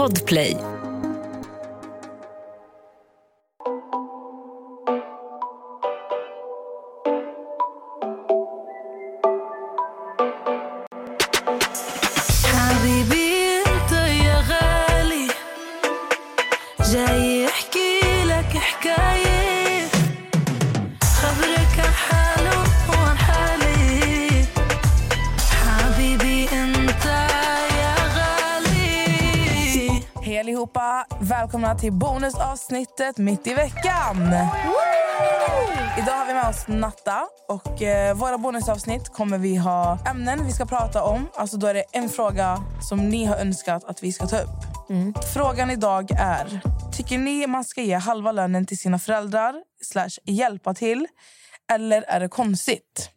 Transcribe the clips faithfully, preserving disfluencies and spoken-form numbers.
Podplay. Allihopa, välkomna till bonusavsnittet mitt i veckan. Woo! Idag har vi med oss Natta och eh, våra bonusavsnitt kommer vi ha ämnen vi ska prata om. Alltså då är det en fråga som ni har önskat att vi ska ta upp. Mm. Frågan idag är: tycker ni man ska ge halva lönen till sina föräldrar slash hjälpa till, eller är det konstigt?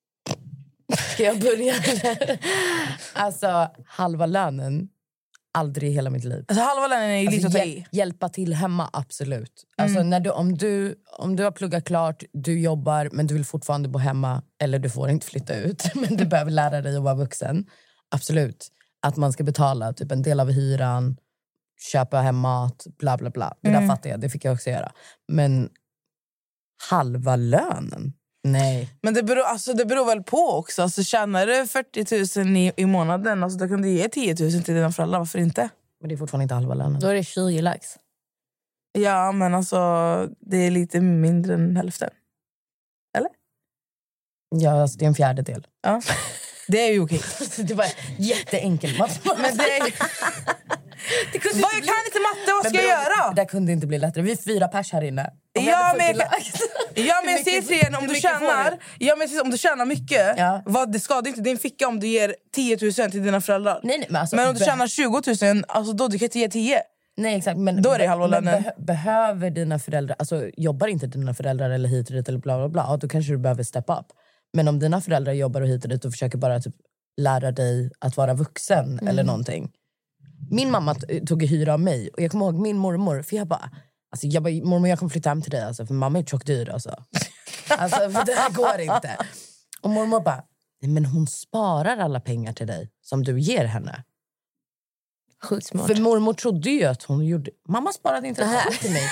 Jag börjar. Alltså halva lönen. Aldrig i hela mitt liv. Alltså halva lönen är ju alltså, lite att ta i. Hjälpa till hemma, absolut. Alltså mm. när du, om, du, om du har pluggat klart, du jobbar men du vill fortfarande bo hemma, eller du får inte flytta ut, men du behöver lära dig att vara vuxen. Absolut. Att man ska betala typ en del av hyran, köpa hem mat, bla bla bla. Det mm. där fattar jag, det fick jag också göra. Men halva lönen? Nej. Men det beror, alltså det beror väl på också. Alltså tjänar du fyrtio tusen i, i månaden, alltså då kan du ge tio tusen till dina föräldrar. Varför inte? Men det är fortfarande inte halva lönen. Då är det tjugo lax. Ja, men alltså det är lite mindre än hälften. Eller? Ja, alltså det är en fjärdedel. Ja. Det är ju okej. Det var jätteenkelt. Men det är... det kunde vad, jag kan inte matte, vad ska bro, jag göra? Det kunde inte bli lättare. Vi är fyra pers här inne. Ja men, jag, ja, men jag säger till igen, om du tjänar ja, men om du tjänar mycket, ja. vad, det skadar inte din ficka om du ger tio tusen till dina föräldrar. Nej, nej, men, alltså, men om du tjänar tjugo tusen, alltså då du kan inte ge tio. Nej, exakt. Men, då är det halva lönen. Be- behöver dina föräldrar, alltså jobbar inte dina föräldrar eller hit och dit eller bla bla bla, då kanske du behöver step up. Men om dina föräldrar jobbar och hit och dit och försöker bara typ lära dig att vara vuxen mm. eller någonting. Min mamma t- tog hyra av mig. Och jag kommer ihåg min mormor. För jag bara, alltså jag bara, mormor jag kommer flytta hem till dig. Alltså, för mamma är tjockdyr alltså. Alltså för det här går inte. Och mormor bara, nej men hon sparar alla pengar till dig som du ger henne. Sjukt smart. För mormor trodde ju att hon gjorde, mamma sparade inte det här till mig.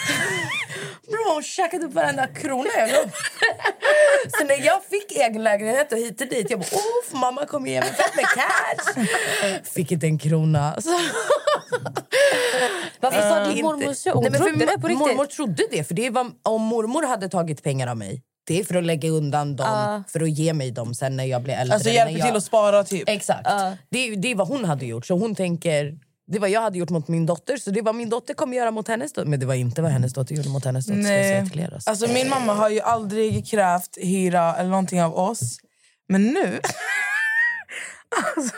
Bro, hon käkade upp varenda krona jag låg. Så när jag fick egen lägenhet och hit och dit, jag bara, åh, mamma kom igen med fett med cash. Fick inte en krona. Så. Varför sa din mormor så? Hon Nej, men trodde det på riktigt. Mormor trodde det, för det var, om mormor hade tagit pengar av mig, det är för att lägga undan dem, uh. för att ge mig dem sen när jag blir äldre. Alltså hjälper jag... till att spara typ. Exakt, uh. det, det är vad hon hade gjort. Så hon tänker, det var jag hade gjort mot min dotter, så det var min dotter kommer göra mot hennes dotter. Men det var inte vad hennes dotter gjorde mot hennes dotter. Nej. Alltså min mamma har ju aldrig krävt hyra eller någonting av oss. Men nu alltså,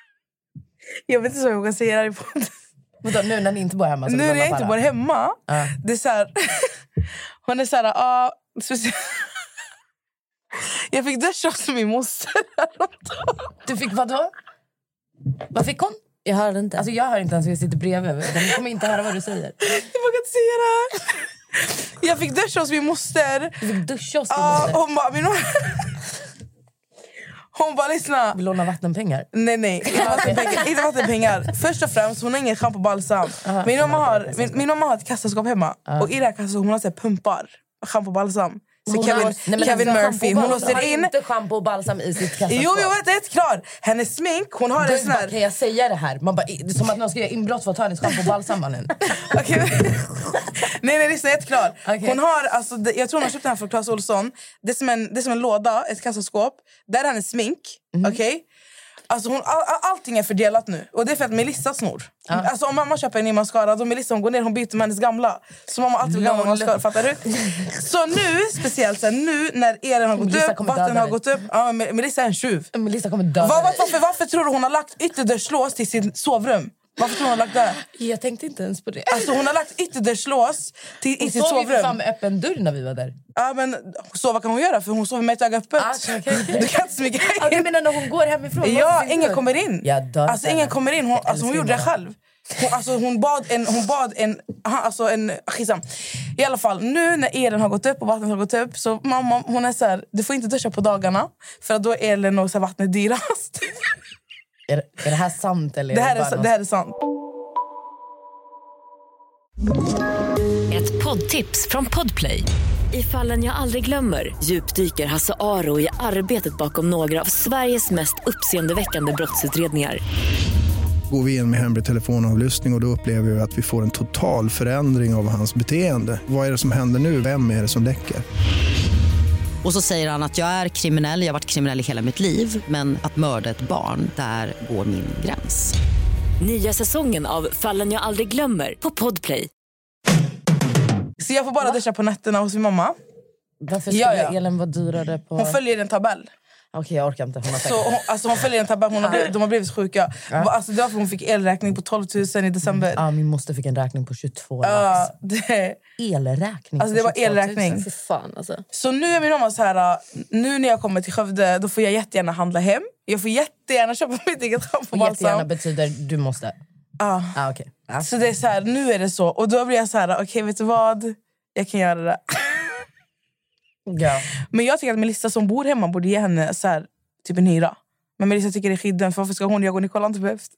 jag vet inte så jag kan säga det här i podden. Vadå, nu när ni inte bor hemma? Nu när jag inte bor hemma uh. det är så här, hon är så här, ja, uh, speciellt. Jag fick dödschock som min moster. Du fick vad då? Vad fick hon? Jag hörde inte. Alltså jag hör inte ens hur jag sitter bredvid. De kommer inte höra vad du säger. Jag vågar inte säga det här. Jag fick duscha hos min moster. Du fick duscha hos din uh, moster? Hon bara, min... hon bara, lyssna. Vill låna vattenpengar? Nej, nej. Inte vattenpengar. Inte vattenpengar. Först och främst, hon har ingen shampoo och balsam. Uh-huh. Min, mamma har, min, min mamma har ett kassaskåp hemma. Uh-huh. Och i det här kassaskåpet hon har så pumpar. Shampoo och balsam. Så Kevin, har, nej, Kevin Murphy, hon låser in... Hon har inte shampoo och balsam i sitt kassaskåp. Jo, jag vet, det är ett klar. Hennes smink, hon har en sån här... Kan jag säga det här? Man bara, det är som att någon ska göra inbrott för att ta hennes shampoo och balsam, mannen. Okej. Nej, nej, det är ett klar. Okay. Hon har, alltså, det, jag tror hon har köpt den här från Clas Ohlson. Det är som en, det är som en låda, ett kassaskåp. Där är hennes smink, mm. okej? Okay? Alltså hon, all, allting är fördelat nu. Och det är för att Melissa snor. Ja. Alltså om mamma köper en ny mascara, då Melissa hon går ner, hon byter med hennes gamla. Så mamma alltid gamla mascara, fattar du? Så nu, speciellt sen nu när elen har gått Melissa upp, vatten har gått upp. Ja, Melissa är en tjuv. Melissa kommer döda Var, varför, varför tror du hon har lagt ytterdörrslås till sin sovrum? Varför tror hon har lagt det? Jag tänkte inte ens på det. Alltså hon har lagt ytterdörslås till, i sitt sovrum. Hon sov ju med öppen dörr när vi var där. Ja, men så vad kan hon göra? För hon sover med ett öga öppet. Ah, okay, okay. Du kan inte smyga in. Ja, du menar när hon går hemifrån? Ja, ingen kommer in. Alltså ingen henne. kommer in. Hon, alltså, hon gjorde det själv. Hon, alltså, hon bad en... Hon bad en alltså en skitsam. I alla fall, nu när elen har gått upp och vattnet har gått upp, så mamma, hon är så här, du får inte duscha på dagarna. För att då är elen och så här, vattnet dyrast. Är, är det här sant? Eller det, här är det, är, det här är sant. Ett poddtips från Podplay. I Fallen jag aldrig glömmer djupdyker Hasse Aro i arbetet bakom några av Sveriges mest uppseendeväckande brottsutredningar. Går vi in med hemlig telefonavlyssning och, och då upplever vi att vi får en total förändring av hans beteende. Vad är det som händer nu? Vem är det som läcker? Och så säger han att jag är kriminell, jag har varit kriminell i hela mitt liv. Men att mörda ett barn, där går min gräns. Nya säsongen av Fallen jag aldrig glömmer på Podplay. Så jag får bara duscha på nätterna hos min mamma. Varför skulle Ja, ja. elen vara dyrare på... Hon följer en tabell. Okej, okay, jag orkar inte. Hon har så hon, alltså hon följer en tabell. Hon har blivit, de har blivit sjuka. Ja. Alltså därför hon fick elräkning på tolv tusen i december. Ja, min moster fick en räkning på tjugotvå lax. Uh, det... Elräkning. Alltså det var elräkning. För fan alltså. Så nu är min mamma så här. Nu när jag kommer till Skövde, då får jag jättegärna handla hem. Jag får jättegärna köpa mitt eget schampobalsam. Jättegärna betyder du måste. Ja. Ah, okay. ah. Så det är så här, nu är det så. Och då blir jag så här, okej okay, vet du vad? Jag kan göra det. Ja. Men jag tycker att Melissa som bor hemma borde ge henne så här, typ en hyra. Men Melissa tycker det är skidden, för varför ska hon? Jag och Nicola inte behövs.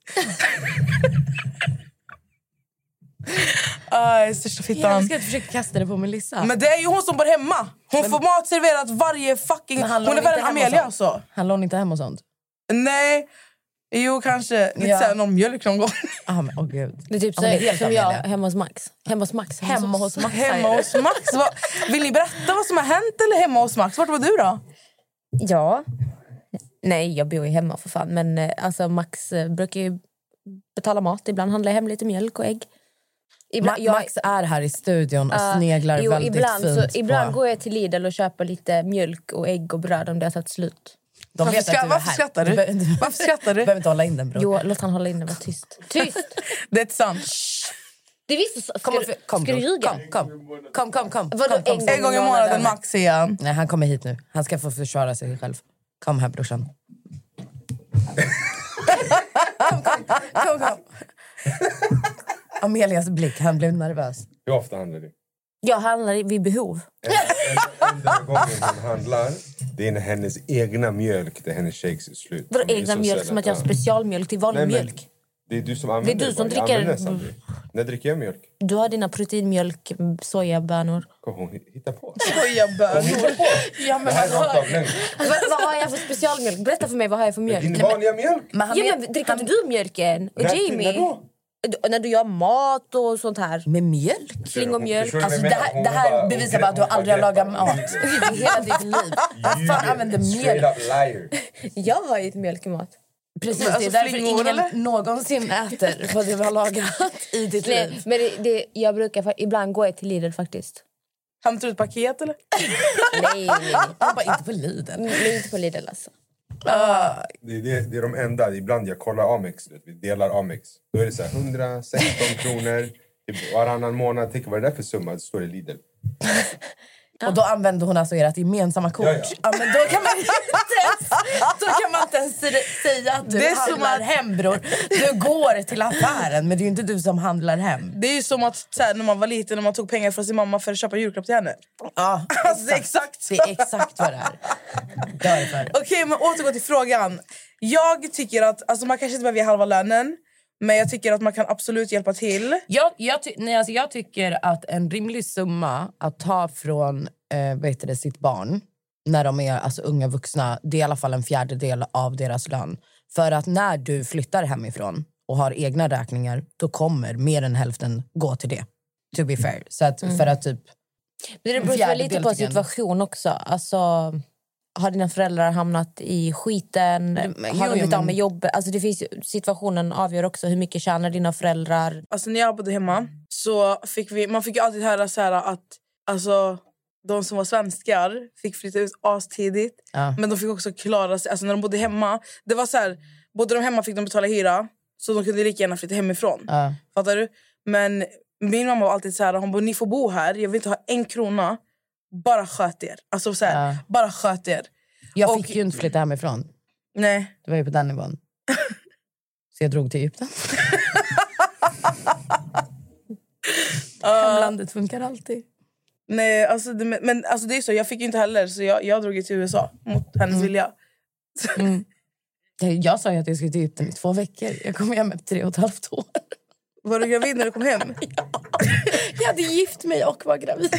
Aj, största fittan. Jag ska inte försöka kasta det på Melissa. Men det är ju hon som bor hemma. Hon men... får mat serverat varje fucking... Hon är väl en Amelia alltså. Han lånar inte hem och sånt? Nej. Jo, kanske lite ja. såhär någon mjölk någon gång. Ah, men, oh, gud. Det är typ så är som jag hemma hos Max. Hemma hos Max. Hemma, hemma hos Max. Hemma hos Max. Vad, vill ni berätta vad som har hänt eller hemma hos Max? Vart var du då? Ja. Nej, jag bor ju hemma för fan. Men alltså Max brukar ju betala mat. Ibland handlar jag hem lite mjölk och ägg. Ibland, Ma- jag, Max är här i studion och uh, sneglar jo, väldigt ibland, fint så, ibland på... går jag till Lidl och köper lite mjölk och ägg och bröd om det har tagit slut. De varför vet ska, att du varför skrattar du? du, du varför skrattar du? Du behöver inte hålla in den, bro. Jo, låt han hålla in den, var tyst. Tyst! Det är ett sant. Det visst så. Ska, kom, du, kom, ska du ljuga? Kom, kom, kom, kom. Vadå, kom, kom, en, en gång i månaden, Max igen. Nej, han kommer hit nu. Han ska få försvara sig själv. Kom här, brorsan. kom, kom, kom, kom. Amelias blick, han blev nervös. Hur ofta handlar du? Jag handlar vid behov. Enda gången hon handlar, det är när hennes egna mjölk, det är hennes shakes är slut. Vadå egna mjölk? Som att jag har specialmjölk till vanlig Nej, mjölk? Det är du som använder det. Det är du som dricker... När dricker jag mjölk? Du har dina proteinmjölk, sojabönor. Kom hon hitta på. Sojabönor? Ja, men vad, vad, vad har jag för specialmjölk? Berätta för mig, vad har jag för mjölk? Din vanliga mjölk? Men han, ja, men dricker han, inte du mjölken? Och Jamie? Då? När du gör mat och sånt här. Med mjölk? Flingomjölk. Alltså det här, det här bevisar bara att du aldrig har lagat mat i hela ditt liv. Vad fan använder mjölk? Jag har ju ett mjölk i mat. Precis, alltså, det är därför ingen eller? någonsin äter vad du har lagat i ditt Nej, liv. Men det, det, jag brukar, ibland går jag till Lidl faktiskt. Hämtar du ett paket eller? Nej, nej, nej. Jag bara inte på Lidl. Nej, inte på Lidl alltså. Uh. Det, det, det är de enda, ibland jag kollar Amex, vi delar Amex. Då är det så här hundrasexton kronor typ varannan månad. Tänk vad är det där för summa? Det står i Lidl. Och då använder hon alltså ert gemensamma kort. Ja, ja. Ja, men då kan man inte ens, då kan man inte ens säga att du det handlar att... hem, bror. Du går till affären, men det är ju inte du som handlar hem. Det är ju som att så här, när man var liten, när man tog pengar från sin mamma för att köpa julklapp till henne. Ja, alltså, det är exakt. Det är exakt vad det är. Därför. Okej, okay, men återgå till frågan. Jag tycker att, alltså man kanske inte behöver ge halva lönen. Men jag tycker att man kan absolut hjälpa till. Jag, jag, ty- nej, alltså jag tycker att en rimlig summa att ta från eh, vad heter det, sitt barn när de är alltså, unga vuxna, det är i alla fall en fjärdedel av deras lön. För att när du flyttar hemifrån och har egna räkningar, då kommer mer än hälften gå till det. To be fair. Så att, mm. för att typ... Men det beror lite på situation också. Alltså... Har dina föräldrar hamnat i skiten? Du, har de blivit av med jobb? Alltså det finns, situationen avgör också hur mycket tjänar dina föräldrar. Alltså när jag bodde hemma så fick vi, man fick ju alltid höra så här att alltså, de som var svenskar fick flytta ut astidigt. Ja. Men de fick också klara sig. Alltså när de bodde hemma, det var så här, bodde de hemma fick de betala hyra. Så de kunde lika gärna flytta hemifrån. Ja. Fattar du? Men min mamma var alltid så här, hon bara, ni får bo här, jag vill inte ha en krona. Bara sköt er. Alltså så här, ja. bara sköt er. Jag fick och, ju inte flytta hemifrån. Nej. Det var ju på den nivån. Så jag drog till Egypten. uh, Hemlandet funkar alltid. Nej, alltså det, men alltså det är så. Jag fick ju inte heller. Så jag, jag drog till U S A mot hennes mm. vilja. mm. Jag sa ju att jag skulle till Egypten i två veckor. Jag kom hem efter tre och ett halvt år. Var du gravid när du kom hem? Ja. Jag hade gift mig och var gravid.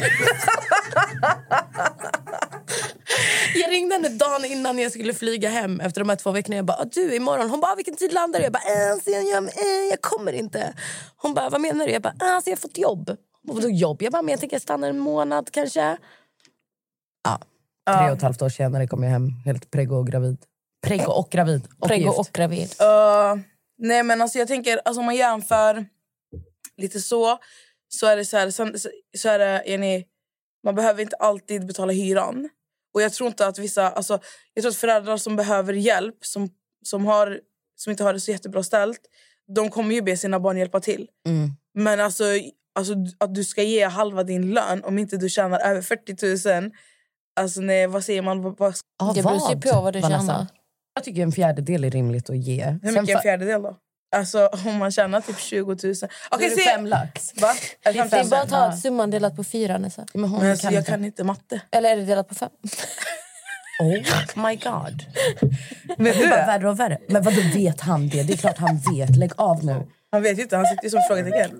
Jag ringde henne dagen innan jag skulle flyga hem efter de här två veckorna. Jag bara, du imorgon. Hon bara, vilken tid landar du? Jag bara, äh, sen jag, äh, jag kommer inte. Hon bara, vad menar du? Jag bara, äh, så jag har fått jobb. Vadå jobb? Jag bara, men jag tänker stanna en månad kanske. Ja, tre och ett halvt år senare kom jag hem helt preggo och gravid. Preggo och gravid. Och Preggo gift. och gravid. Uh, nej men alltså jag tänker, alltså om man jämför lite så, så är det så här, så, så är det, är ni, man behöver inte alltid betala hyran. Och jag tror inte att vissa, alltså jag tror att föräldrar som behöver hjälp, som, som, har, som inte har det så jättebra ställt, de kommer ju be sina barn hjälpa till. Mm. Men alltså, alltså att du ska ge halva din lön om inte du tjänar över fyrtio tusen. Alltså nej, vad säger man? Vad, vad... Ah, Det beror ju på vad du Vanessa? tjänar. Jag tycker en fjärdedel är rimligt att ge. Hur Sen mycket är en fa- fjärdedel då? Alltså om man tjänar typ tjugo tusen. Okej, Då är det se. fem lax. Va? Är det Det är fem bara tusen? att ta summan delat på fyra nästan. Men hon Men alltså, kan jag inte. kan inte matte. Eller är det delat på fem? Oh my god. Vet Det du är bara det? värre och värre. Men vad då vet han det? Det är klart han vet. Lägg av nu. Han vet ju inte, han sitter ju som frågetecken.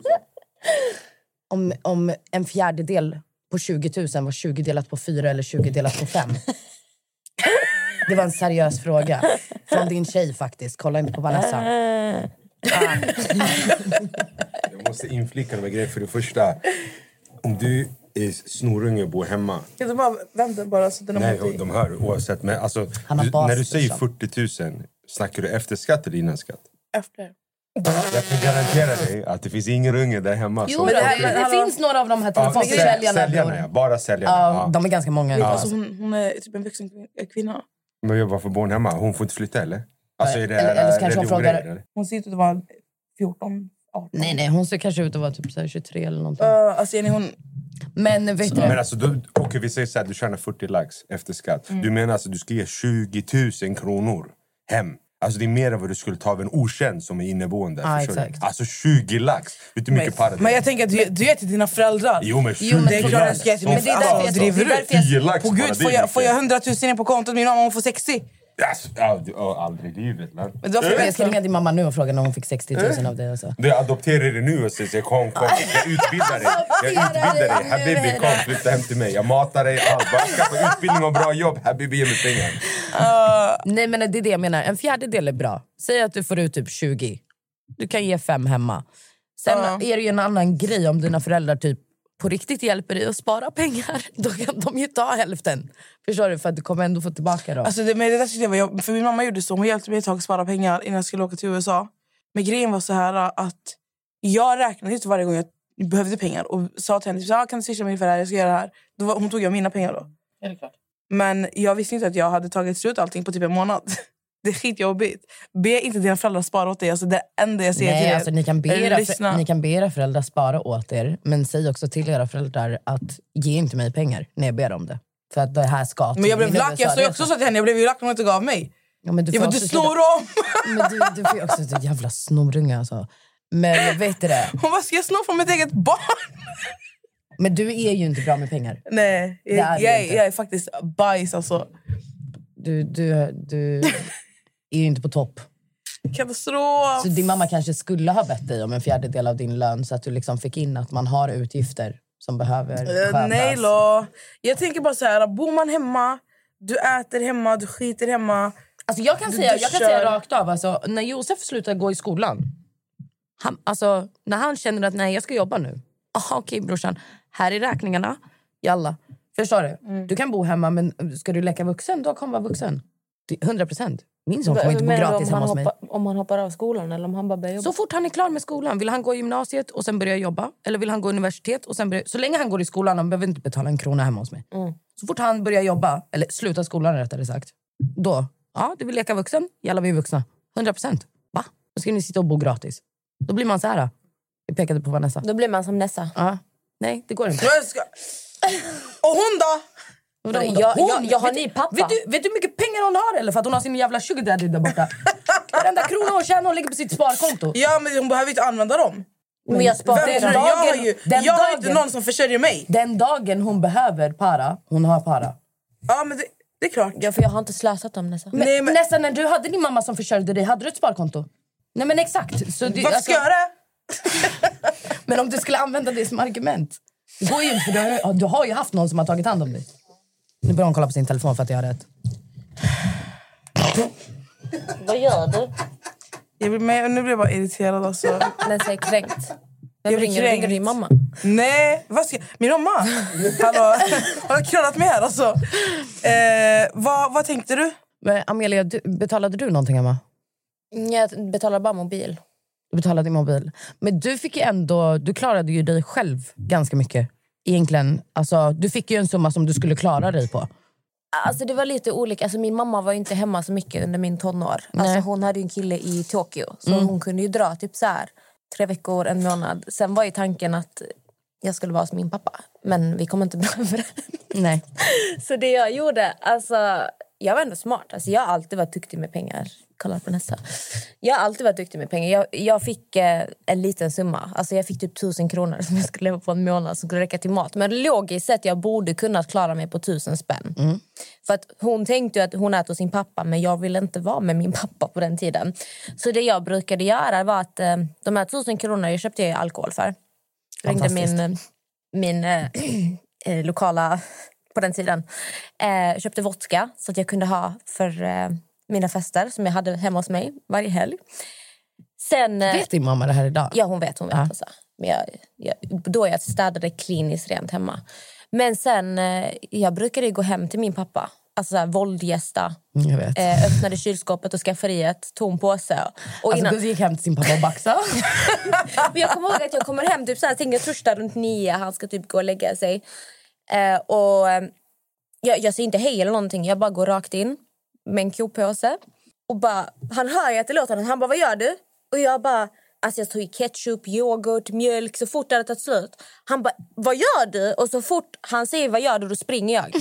Om, om en fjärdedel på tjugo tusen var tjugo delat på fyra eller tjugo delat på fem. Det var en seriös fråga. Från din tjej faktiskt. Kolla inte på Vanessa. Ah. Jag måste inflika några grejer. För det första, om du är snorunge och bor hemma. Kan du bara vänta bara så att den har Nej, mot i? de hör oavsett. Men alltså, Han har du, bas när du säger också. fyrtio tusen, snackar du efter skatt eller innan skatt? Efter. Jag kan garantera dig att det finns ingen unge där hemma. Jo, som- det, det här- det, det finns några av de här Ja, telefonsäljarna. säljarna, bror. ja. Bara säljarna. Ja, Ja. de är ganska många. Alltså, hon, hon är typ en vuxen kvin- kvinna. Men jag, varför bor hon hemma? Hon får inte flytta, eller? Alltså, är det Eller- eller så kanske hon religiongrejer, frågar- eller? Hon ser ut att vara fjorton, arton. Nej, nej, hon ser kanske ut att vara typ så här tjugotre eller någonting. Uh, alltså Jenny, hon... Men vet du, Men alltså, då, okay, vi säger så här, du tjänar fyrtio lax efter skatt. Mm. Du menar alltså du ska ge tjugo tusen kronor hem. Alltså det är mer än vad du skulle ta av en okänd som är inneboende. Ja, förstår du? exakt. Alltså tjugo lax. Vet du hur mycket para det Men är? jag tänker att du, du ger till dina föräldrar. Jo, men Jo, men tjugo det är klart jag lax. ska ge till Men min det är föräldrar. därför jag- Driver det är du? därför jag- tio lax På bara, gud, det får är jag, får mycket. jag hundratusen in på kontot, min mamma hon får sextio. Yes. Ja, du, ja, aldrig i livet, man. Men det var för jag ska ringa din mamma nu och fråga när hon fick sextio tusen av dig. Alltså. Du adopterar det nu och säger kom, kom, jag utbildar dig. Jag utbildar dig. Habibi, kom, flytta hem till mig. Jag matar dig, allt. Bara skaffa utbildning och bra jobb. Habibi, ge mig pengar. Nej, men det är det jag menar. En fjärdedel är bra. Säg att du får ut typ tjugo. Du kan ge fem hemma. Sen Ja. är det ju en annan grej om dina föräldrar typ på riktigt hjälper dig att spara pengar. Då kan de ju ta hälften. Förstår du? För att du kommer ändå få tillbaka då. Alltså det, men det där tyckte jag var jobb. För min mamma gjorde så. Hon hjälpte mig ett tag att spara pengar innan jag skulle åka till U S A. Men grejen var så här att jag räknade ut varje gång jag behövde pengar. Och sa till henne, typ, ah, kan du swisha mig för det här? Jag ska göra det här. Då var, hon tog jag mina pengar då. är det klart. Men jag visste inte att jag hade tagit slut allting på typ en månad. Det är skitjobbigt. Be inte dina föräldrar spara åt dig. Alltså det enda jag säger till Nej, er. alltså, ni, kan be Eller era, lyssna. ni kan be era föräldrar spara åt er. Men säg också till era föräldrar att ge inte mig pengar när jag ber om det. För att det här ska till Men jag blev min lack. Jag sa ju också så till henne. Jag blev ju lack när hon inte gav mig. Ja, men du Jag får bara, du också snor sluta- om! Men du, du får ju också ett jävla snorunge alltså. Men vet du det? Hon bara, ska jag snå från mitt eget barn? Men du är ju inte bra med pengar. Nej, Det är jag, du jag, inte. jag är faktiskt bajs alltså. Du, du, du är ju inte på topp. Katastrof. Så din mamma kanske skulle ha bett dig om en fjärdedel av din lön så att du liksom fick in att man har utgifter som behöver Uh, skötas. nej då. Jag tänker bara så här, bor man hemma, du äter hemma, du skiter hemma. Alltså jag kan Du säga, jag kan duschar. säga rakt av, alltså, när Josef slutar gå i skolan, han, alltså, när han känner att nej, jag ska jobba nu. Aha, okej brorsan, här är räkningarna. Jalla. Förstår du? Mm. Du kan bo hemma, men ska du leka vuxen, då kan vara vuxen. Det- hundra procent. Min son Men kommer inte bo om gratis han hemma hos mig. hoppar, om han hoppar av skolan eller om han bara börjar jobba? Så fort han är klar med skolan, vill han gå i gymnasiet och sen börja jobba, eller vill han gå i universitet och sen börja, så länge han går i skolan, han behöver inte betala en krona hemma hos mig. Mm. Så fort han börjar jobba, eller slutar skolan rättare sagt, då, ja, du vill leka vuxen, jävla vi är vuxna. hundra procent. Va? Då ska ni sitta och bo gratis. Då blir man så här. Vi pekade på Vanessa. Då blir man som Nessa. Ja. Nej, det går inte. Jag ska... Och hon då? Vadå, Jag- hon då? jag- Hon- jag har vet, ny pappa. Vet du, vet du hur mycket pengar hon har eller? För att hon har sin jävla sugar daddy där borta. Varenda krona hon tjänar hon lägger på sitt sparkonto. Ja, men hon behöver inte använda dem. Men jag sparar Vem, den jag har dagen- ju den jag har inte dagen- någon som försörjer mig. Den dagen hon behöver para, hon har para. Ja, men det, det är klart. Ja, för jag har inte slösat dem Nessa. Men, Nej, men- nästan när du hade din mamma som försörjde dig, hade du ett sparkonto? Nej men exakt. Så det, Varför alltså, ska jag göra det? Men om du skulle använda det som argument. Det går ju inte, för du har, du har ju haft någon som har tagit hand om dig. Nu börjar hon kolla på sin telefon för att jag har rätt. Vad gör du? Jag blir med, nu blir jag bara irriterad alltså. Den säger kränkt. Jag Vem blir ringer? kränkt. Ringer din mamma? Nej, vad ska min mamma? Hallå, har du knullat mig här alltså? Eh, vad, vad tänkte du? Men Amelia, du, betalade du någonting hemma? Jag betalar bara mobil. Du betalade din mobil. Men du fick ju ändå, du klarade ju dig själv ganska mycket. Egentligen, alltså du fick ju en summa som du skulle klara dig på. Alltså det var lite olika. Alltså min mamma var ju inte hemma så mycket under min tonår. Alltså hon hade ju en kille i Tokyo. Så mm. hon kunde ju dra typ så här tre veckor, en månad. Sen var ju tanken att jag skulle vara som min pappa. Men vi kom inte bra över. Nej. Så det jag gjorde, alltså jag var ändå smart. Alltså jag har alltid varit duktig med pengar. Kolla på nästa. Jag har alltid varit duktig med pengar. Jag, jag fick eh, en liten summa. Alltså jag fick typ tusen kronor som jag skulle leva på en månad som skulle räcka till mat. Men logiskt sett jag borde kunna klara mig på tusen spänn. Mm. För att hon tänkte ju att hon äter sin pappa, men jag ville inte vara med min pappa på den tiden. Så det jag brukade göra var att eh, de här tusen kronorna jag köpte jag alkohol för. Ringde min, min eh, eh, lokala på den tiden. Eh, köpte vodka så att jag kunde ha för eh, mina fester som jag hade hemma hos mig varje helg. Sen, eh, vet din mamma det här idag? Ja, hon vet. Hon vet ja. alltså. Men jag, jag, då jag städade kliniskt rent hemma. Men sen, eh, jag brukade gå hem till min pappa. Alltså såhär, våldgästa. Jag vet. Eh, öppnade kylskåpet och skafferiet, tom påse. Och alltså innan... du gick hem till sin pappa och baxa? Men jag kommer ihåg att jag kommer hem typ såhär, tänker torsdag runt nio, han ska typ gå och lägga sig. Eh, och eh, jag, jag ser inte hej eller någonting, jag bara går rakt in med en kopåse. Och bara, han hör ju att det låter, han bara, vad gör du? Och jag bara, alltså jag tog i ketchup, yoghurt, mjölk, så fort det hade tagit slut. Han bara, vad gör du? Och så fort han säger, vad gör du? Då springer jag.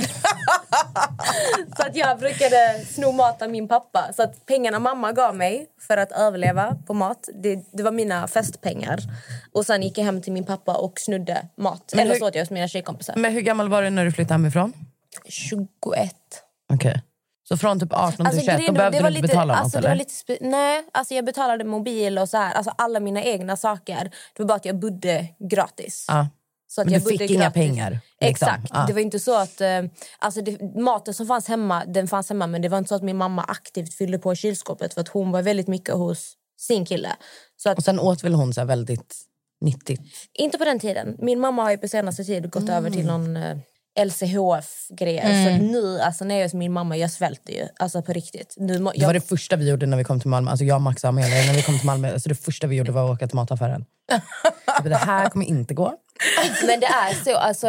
Så att jag brukade sno mat av min pappa. Så att pengarna mamma gav mig för att överleva på mat, det, det var mina festpengar. Och sen gick jag hem till min pappa och snudde mat. Men eller hur, så åt jag hos mina tjejkompisar. Men hur gammal var du när du flyttade hemifrån? tjugoett. Okej. Okay. Så från typ arton till tjugoett, då behövde du inte betala alltså, något, det eller? Var lite spe- nej, alltså jag betalade mobil och så här. Alltså alla mina egna saker. Det var bara att jag bodde gratis. Ja. Så att men jag du fick bodde inga gratis. pengar? Liksom. Exakt. Ja. Det var inte så att... Eh, alltså det, maten som fanns hemma, den fanns hemma. Men det var inte så att min mamma aktivt fyllde på kylskåpet. För att hon var väldigt mycket hos sin kille. Så att, och sen åt väl hon så här väldigt nyttigt? Inte på den tiden. Min mamma har ju på senaste tid gått mm. över till någon... Eh, L C H F-grejer. Mm. Så nu, alltså när jag är hos min mamma, jag svälter ju. Alltså på riktigt. Nu, jag... Det var det första vi gjorde när vi kom till Malmö. Alltså jag, Max och Amelia, när vi kom till Malmö. Alltså det första vi gjorde var att åka till mataffären. Det här kommer inte gå. Men det är så, alltså...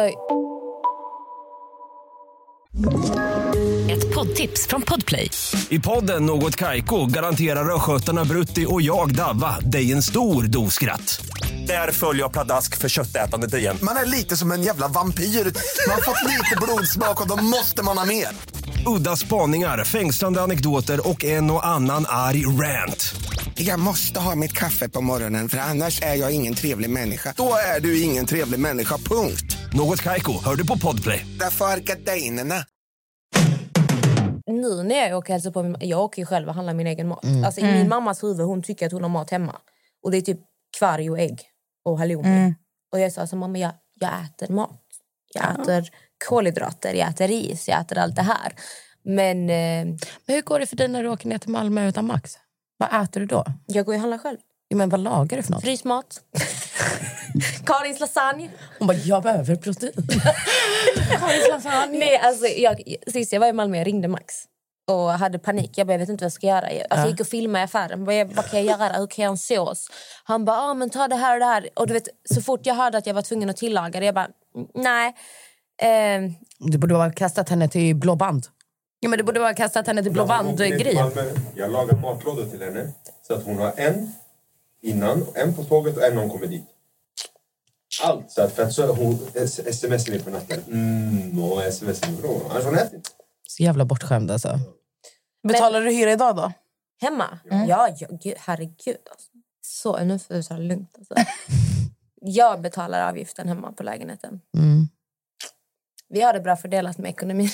Ett poddtips från Podplay. I podden Något Kaiko garanterar röskötarna Brutti och jag Davva dig en stor doskratt. Där följer jag pladask för köttätandet igen. Man är lite som en jävla vampyr. Man har fått lite blodsmak och då måste man ha mer. Udda spaningar, fängslande anekdoter och en och annan arg rant. Jag måste ha mitt kaffe på morgonen för annars är jag ingen trevlig människa. Då är du ingen trevlig människa, punkt. Något Kaiko, hör du på Podplay. Därför är gardinerna. Nu när jag åker hälsa på min, jag åker ju själv och handlar min egen mat. Mm. Alltså i min mammas huvud, hon tycker att hon har mat hemma. Och det är typ kvarg och ägg och halloumi. Mm. Och jag sa alltså, mamma, jag, jag äter mat. Jag ja. äter kolhydrater, jag äter ris, jag äter allt det här. Men, eh, men hur går det för dig när du åker ner till Malmö utan Max? Vad äter du då? Jag går och handlar själv. Ja, men vad lagar du för något? Frysmat. Karins lasagne. Hon bara, jag behöver protein. Karins lasagne. Nej, alltså jag, sist jag var i Malmö, jag ringde Max. Och hade panik. Jag bara, jag vet inte vad jag ska göra. Alltså, ja. Jag gick och filmade i affären. Vad, vad kan jag göra? Hur kan jag göra en sås? Han bara, ah, men ta det här och det här. Och du vet, så fort jag hörde att jag var tvungen att tillaga det, jag bara, nej. Eh, du borde ha kastat henne till blå band. Ja, men du borde ha kastat henne till blå band-grej. Jag lagar matlådor till henne. Så att hon har en innan, en på tåget och en när hon kommer dit. Allt. Så att, för att så hon smsar mig på natten. Mm, och smsar mig bra. Annars hon äter inte. Så jävla bortskämd alltså. Betalar du hyra idag då? Hemma? Mm. Ja, ja gud, herregud. Alltså. Så, nu får du ta det lugnt. Alltså. Jag betalar avgiften hemma på lägenheten. Mm. Vi har det bra fördelat med ekonomin.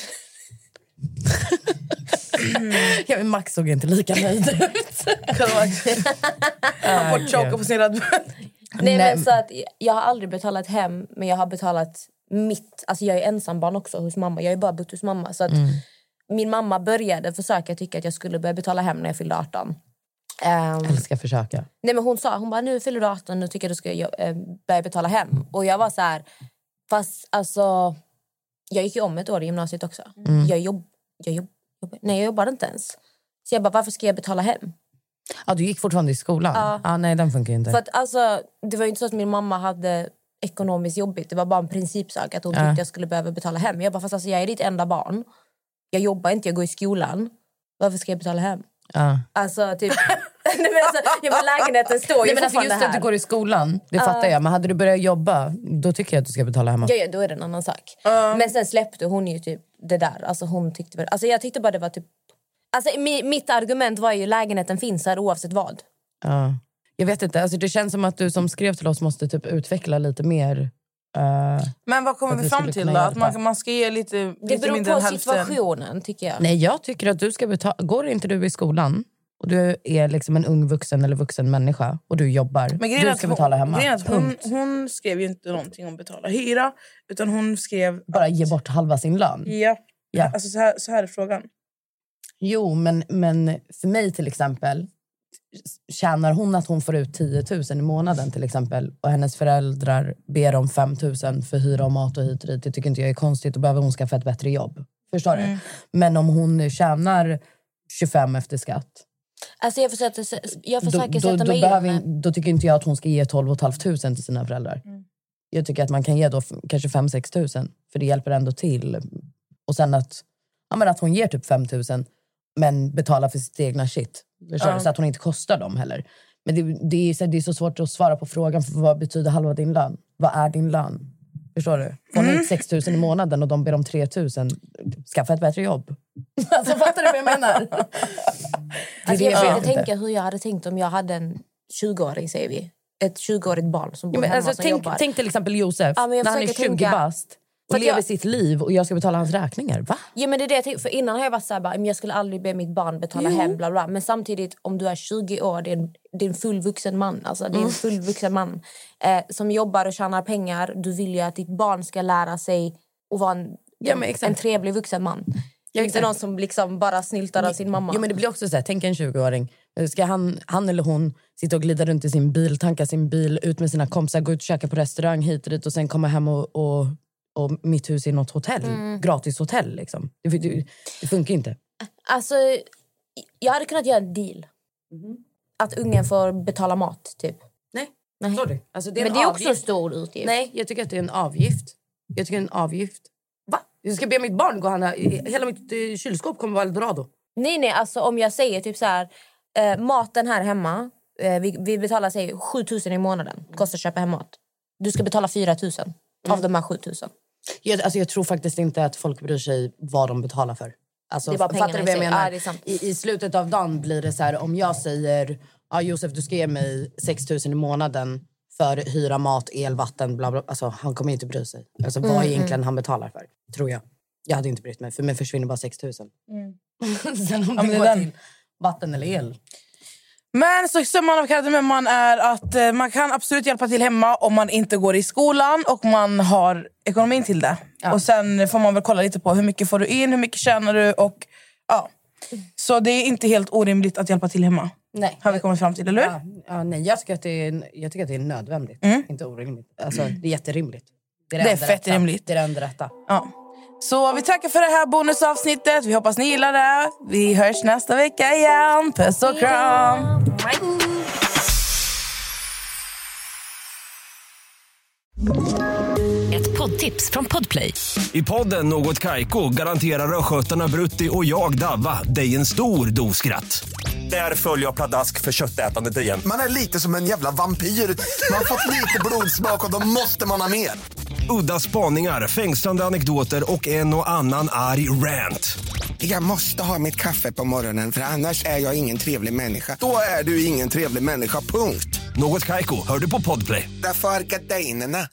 Mm. Ja, men Max såg inte lika nöjd ut. Han får choka på sin rad. Nej, men så att jag har aldrig betalat hem, men jag har betalat mitt. Alltså jag är ensambarn också hos mamma. Jag är bara bott hos mamma. Så att mm. min mamma började försöka tycka att jag skulle börja betala hem när jag fyllde arton. Um, Älskar försöka. Nej, men hon sa, hon bara, nu fyller du arton, nu tycker jag du ska uh, börja betala hem. Och jag var så här, fast alltså, jag gick ju om ett år i gymnasiet också. Mm. Jag, jobb, jag, jobb, jobb, nej, jag jobbade inte ens. Så jag bara, varför ska jag betala hem? Ja, du gick fortfarande i skolan? Ja. Ah, nej, den funkar inte. För att alltså, det var ju inte så att min mamma hade ekonomiskt jobbigt. Det var bara en principsak att hon tyckte ja. jag skulle behöva betala hem. Jag bara, fast alltså, jag är ditt enda barn. Jag jobbar inte, jag går i skolan. Varför ska jag betala hem? Ja. Alltså, typ... nej, men alltså, jag var lägenheten står ju men alltså, just att du går i skolan, det uh. fattar jag. Men hade du börjat jobba, då tycker jag att du ska betala hemma. Ja, ja, då är det en annan sak. Uh. Men sen släppte hon ju typ det där. Alltså, hon tyckte... Alltså, jag tyckte bara det var typ... Alltså, mitt argument var ju lägenheten finns här oavsett vad. Ja. Jag vet inte, alltså, det känns som att du som skrev till oss måste typ utveckla lite mer. Uh, men vad kommer vi fram till då? Att man, man ska ge lite, det lite beror mindre på än hälften. Situationen, tycker jag. Nej, jag tycker att du ska betala. Går inte du i skolan och du är liksom en ung vuxen eller vuxen människa och du jobbar, men du ska betala hemma. Hon, hon, hon skrev ju inte någonting om betala hyra, utan hon skrev... Bara ge bort halva sin lön. Ja, ja. Alltså så här, så här är frågan. Jo, men, men för mig till exempel, tjänar hon att hon får ut tio tusen i månaden till exempel och hennes föräldrar ber om fem tusen för hyra och mat och hit och dit, det tycker inte jag är konstigt, och behöver hon skaffa ett bättre jobb. Förstår du? Mm. Men om hon tjänar tjugofem efter skatt, alltså jag försöker, jag försöker då, sätta då, mig då, in behöver, då tycker inte jag att hon ska ge tolv och ett halvt tusen till sina föräldrar. Mm. Jag tycker att man kan ge då kanske fem sex tusen, för det hjälper ändå till. Och sen att, ja, men att hon ger typ fem tusen men betalar för sitt egna shit. Ja. Så att hon inte kostar dem heller. Men det, det, är, så, det är så svårt att svara på frågan, för vad betyder halva din lön? Vad är din lön? Förstår du? Får hon ut sex tusen i månaden och de ber om tre tusen, skaffa ett bättre jobb. Alltså, fattar du vad jag menar? Det alltså, jag försöker tänka hur jag hade tänkt om jag hade en tjugoåring, säger vi. Ett tjugoårigt barn som bor ja, men, hemma alltså, som tänk, jobbar. Tänk till exempel Josef, ja, när han är tjugo tänka... bast. Och lever jag... sitt liv och jag ska betala hans räkningar. Va? Ja, men det är det jag tänkte. För innan har jag varit så här, bara, jag skulle aldrig be mitt barn betala jo. hem, bla bla. Men samtidigt, om du är tjugo år, det är en, det är en fullvuxen man. Alltså, det är en mm. fullvuxen man eh, som jobbar och tjänar pengar. Du vill ju att ditt barn ska lära sig att vara en, ja, en, en trevlig vuxen man. Ja, inte någon som liksom bara snyltar av sin mamma. Jo, men det blir också så här, tänk en tjugoåring. Ska han, han eller hon sitta och glida runt i sin bil, tanka sin bil, ut med sina kompisar, gå ut och käka på restaurang hit och dit och sen komma hem och... och och mitt hus i något hotell, mm. gratis hotell liksom. Det, det, det funkar inte. Alltså, jag hade kunnat göra en deal. Mm. Att ungen får betala mat, typ. Nej, Nej. Sorry. Alltså, det är men det är avgift. Också stor utgift. Nej, jag tycker att det är en avgift. Jag tycker det är en avgift. Va? Jag ska be mitt barn gå här. Hela mitt kylskåp kommer vara Eldorado. Nej, nej, alltså om jag säger typ så här, eh, maten här hemma, eh, vi, vi betalar säg sju tusen i månaden. Kostar att köpa hem mat. Du ska betala fyra tusen. Mm. Av de här sju tusen. Jag, alltså jag tror faktiskt inte att folk bryr sig vad de betalar för. Alltså, det är bara pengarna fattar du vad jag menar? Ja, det är sant. I, I slutet av dagen blir det så här, om jag säger, ja Josef, du ska ge mig sex tusen i månaden för hyra, mat, el, vatten, bla bla. Alltså han kommer inte bry sig. Alltså vad mm, egentligen mm. han betalar för, tror jag. Jag hade inte brytt mig, för mig försvinner bara sex tusen. Mm. Sen om det går till vatten eller el. Men så summan av kardemumman är att eh, man kan absolut hjälpa till hemma om man inte går i skolan och man har ekonomin till det. Ja. Och sen får man väl kolla lite på hur mycket får du in, hur mycket tjänar du och ja. Så det är inte helt orimligt att hjälpa till hemma. Nej. Har vi kommit fram till, eller hur? Ja, ja, nej, jag tycker att det är, jag tycker att det är nödvändigt. Mm. Inte orimligt. Alltså, det är jätterimligt. Det är, det är fett rimligt. Det är det enda rätta. Ja. Så vi tackar för det här bonusavsnittet. Vi hoppas ni gillar det. Vi hörs nästa vecka igen. Puss och kram. Ett poddtips från Podplay. I podden Något Kaiko garanterar röskötarna Brutti och jag Davva dig en stor doskratt. Där följer jag pladask för köttätandet igen. Man är lite som en jävla vampyr. Man har fått lite blodsmak och då måste man ha mer. Udda spaningar, fängslande anekdoter och en och annan arg rant. Jag måste ha mitt kaffe på morgonen, för annars är jag ingen trevlig människa. Då är du ingen trevlig människa, punkt. Något Kaiko, hör du på Podplay. Därför är gardinerna.